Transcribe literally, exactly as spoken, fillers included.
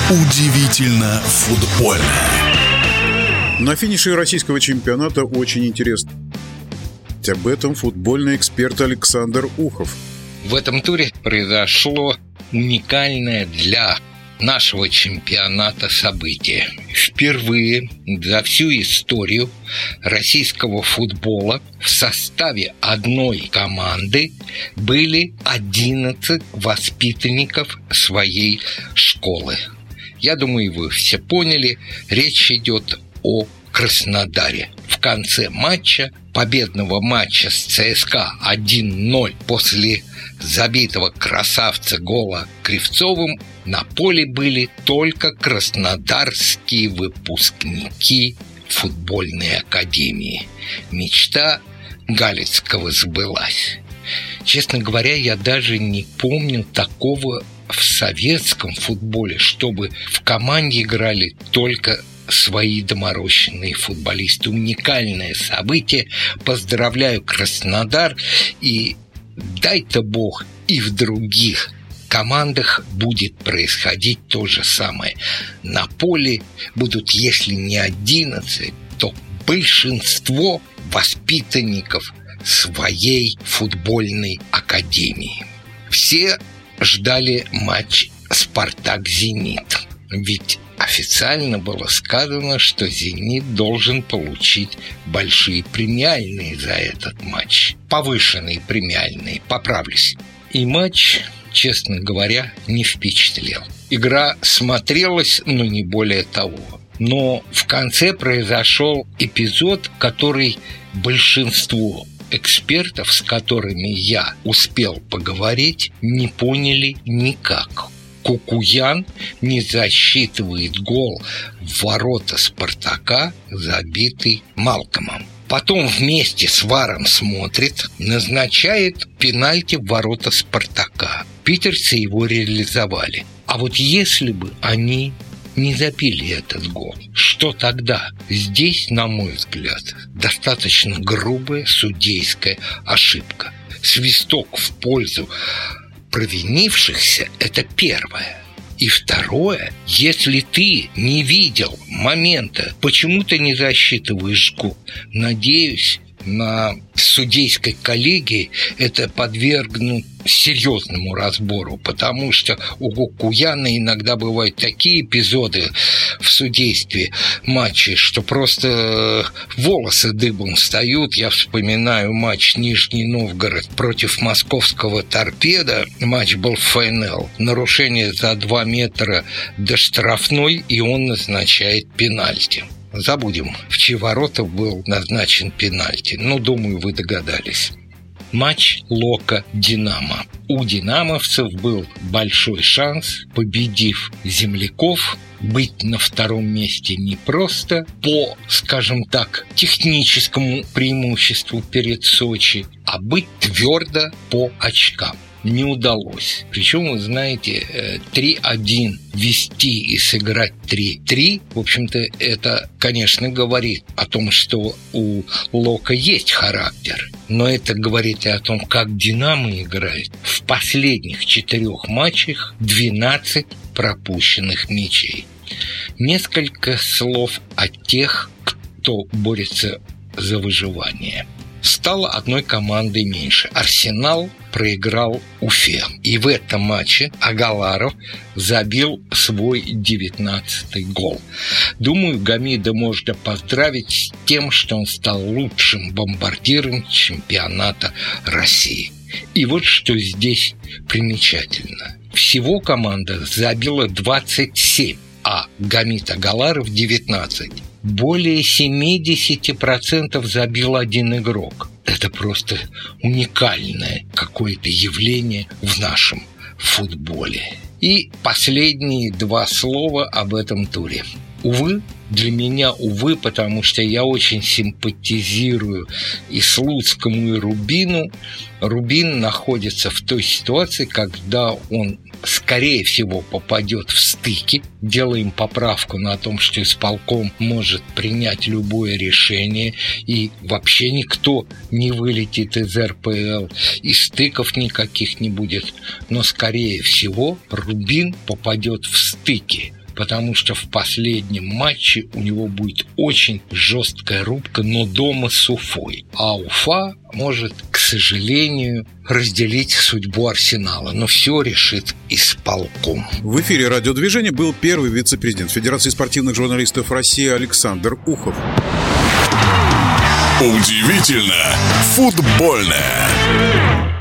Удивительно футбольно. На финише российского чемпионата очень интересно. Об этом футбольный эксперт Александр Ухов. В этом туре произошло уникальное для нашего чемпионата событие. Впервые за всю историю российского футбола в составе одной команды были одиннадцать воспитанников своей школы. Я думаю, вы все поняли, речь идет о Краснодаре. В конце матча, победного матча с ЦСКА один ноль, после забитого красавца гола Кривцовым, на поле были только краснодарские выпускники футбольной академии. Мечта Галицкого сбылась. Честно говоря, я даже не помню такого в советском футболе, чтобы в команде играли только свои доморощенные футболисты. Уникальное событие. Поздравляю Краснодар, и дай-то Бог и в других командах будет происходить то же самое. На поле будут, если не одиннадцать, то большинство воспитанников своей футбольной академии. Все ждали матч «Спартак-Зенит», ведь официально было сказано, что «Зенит» должен получить большие премиальные за этот матч. Повышенные премиальные, поправлюсь. И матч, честно говоря, не впечатлил. Игра смотрелась, но не более того. Но в конце произошел эпизод, который большинство экспертов, с которыми я успел поговорить, не поняли никак. Кукуян не засчитывает гол в ворота «Спартака», забитый Малкомом. Потом вместе с ВАРом смотрит, назначает пенальти в ворота «Спартака». Питерцы его реализовали. А вот если бы они не забили этот гол, что тогда? Здесь, на мой взгляд, достаточно грубая судейская ошибка. Свисток в пользу провинившихся – это первое. И второе, если ты не видел момента, почему ты не засчитываешь гол? Надеюсь, на судейской коллегии это подвергнут серьезному разбору, потому что у Кукуяна иногда бывают такие эпизоды в судействе матчей, что просто волосы дыбом встают. Я вспоминаю матч Нижний Новгород против московского «Торпедо». Матч был в ФНЛ. Нарушение за два метра до штрафной, и он назначает пенальти. Забудем, в чьи ворота был назначен пенальти. Ну, думаю, вы догадались. Матч Локо-Динамо. У динамовцев был большой шанс, победив земляков, быть на втором месте не просто по, скажем так, техническому преимуществу перед Сочи, а быть твердо по очкам. Не удалось. Причем, вы знаете, три один вести и сыграть три три, в общем-то, это, конечно, говорит о том, что у Лока есть характер. Но это говорит и о том, как «Динамо» играет. В последних четырех матчах двенадцать пропущенных мячей. Несколько слов о тех, кто борется за выживание. Стало одной командой меньше. «Арсенал» проиграл Уфе. И в этом матче Агаларов забил свой девятнадцатый гол. Думаю, Гамида можно поздравить с тем, что он стал лучшим бомбардиром чемпионата России. И вот что здесь примечательно. Всего команда забила двадцать семь, а Гамид Агаларов девятнадцать. Более семьдесят процентов забил один игрок. Это просто уникальное какое-то явление в нашем футболе. И последние два слова об этом туре. Увы, для меня увы, потому что я очень симпатизирую и Слуцкому, и Рубину. Рубин находится в той ситуации, когда он, скорее всего, попадет в стыки. Делаем поправку на том, что исполком может принять любое решение, и вообще никто не вылетит из эр пэ эл, и стыков никаких не будет. Но, скорее всего, Рубин попадет в стыки, потому что в последнем матче у него будет очень жесткая рубка, но дома с Уфой. А Уфа может, к сожалению, разделить судьбу Арсенала, но все решит исполком. В эфире радиодвижения был первый вице-президент Федерации спортивных журналистов России Александр Ухов. Удивительно футбольное.